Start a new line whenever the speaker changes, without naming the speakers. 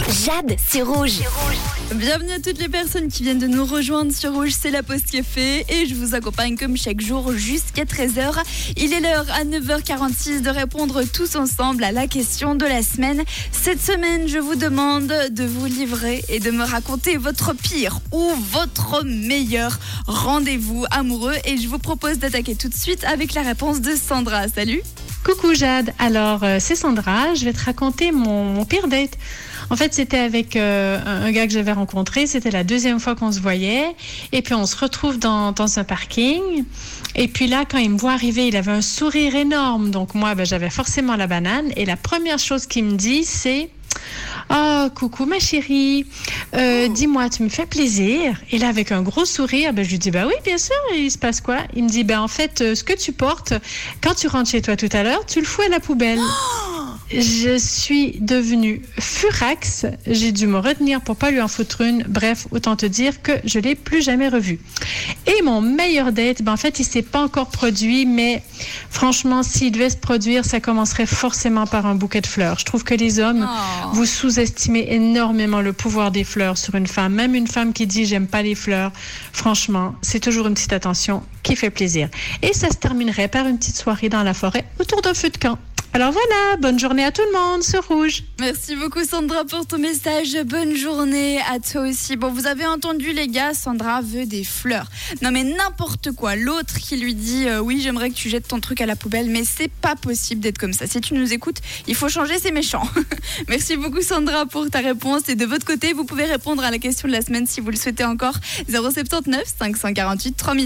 Jade, c'est Rouge.
Bienvenue à toutes les personnes qui viennent de nous rejoindre sur Rouge, c'est la pause café et je vous accompagne comme chaque jour jusqu'à 13h. Il est l'heure à 9h46 de répondre tous ensemble à la question de la semaine. Cette semaine, je vous demande de vous livrer et de me raconter votre pire ou votre meilleur rendez-vous amoureux et je vous propose d'attaquer tout de suite avec la réponse de Sandra. Salut!
Coucou Jade, alors c'est Sandra, je vais te raconter mon pire date. En fait, c'était avec un gars que j'avais rencontré, c'était la deuxième fois qu'on se voyait, et puis on se retrouve dans un parking, et puis là, quand il me voit arriver, il avait un sourire énorme, donc moi, j'avais forcément la banane, et la première chose qu'il me dit, c'est « Oh, coucou ma chérie, dis-moi, tu me fais plaisir ?» Et là, avec un gros sourire, je lui dis « Bah oui, bien sûr, et il se passe quoi ?» Il me dit « En fait, ce que tu portes, quand tu rentres chez toi tout à l'heure, tu le fous à la poubelle. » Je suis devenue furax. J'ai dû me retenir pour pas lui en foutre une. Bref, autant te dire que je l'ai plus jamais revu. Et mon meilleur date, en fait, il s'est pas encore produit, mais franchement, s'il devait se produire, ça commencerait forcément par un bouquet de fleurs. Je trouve que les hommes, vous sous-estimez énormément le pouvoir des fleurs sur une femme. Même une femme qui dit j'aime pas les fleurs, franchement, c'est toujours une petite attention qui fait plaisir. Et ça se terminerait par une petite soirée dans la forêt autour d'un feu de camp. Alors voilà, bonne journée à tout le monde sur Rouge.
Merci beaucoup Sandra pour ton message. Bonne journée à toi aussi. Bon, vous avez entendu les gars, Sandra veut des fleurs. Non mais n'importe quoi. L'autre qui lui dit oui, j'aimerais que tu jettes ton truc à la poubelle, mais c'est pas possible d'être comme ça. Si tu nous écoutes, il faut changer, c'est méchant. Merci beaucoup Sandra pour ta réponse. Et de votre côté, vous pouvez répondre à la question de la semaine si vous le souhaitez encore. 079 548 3000.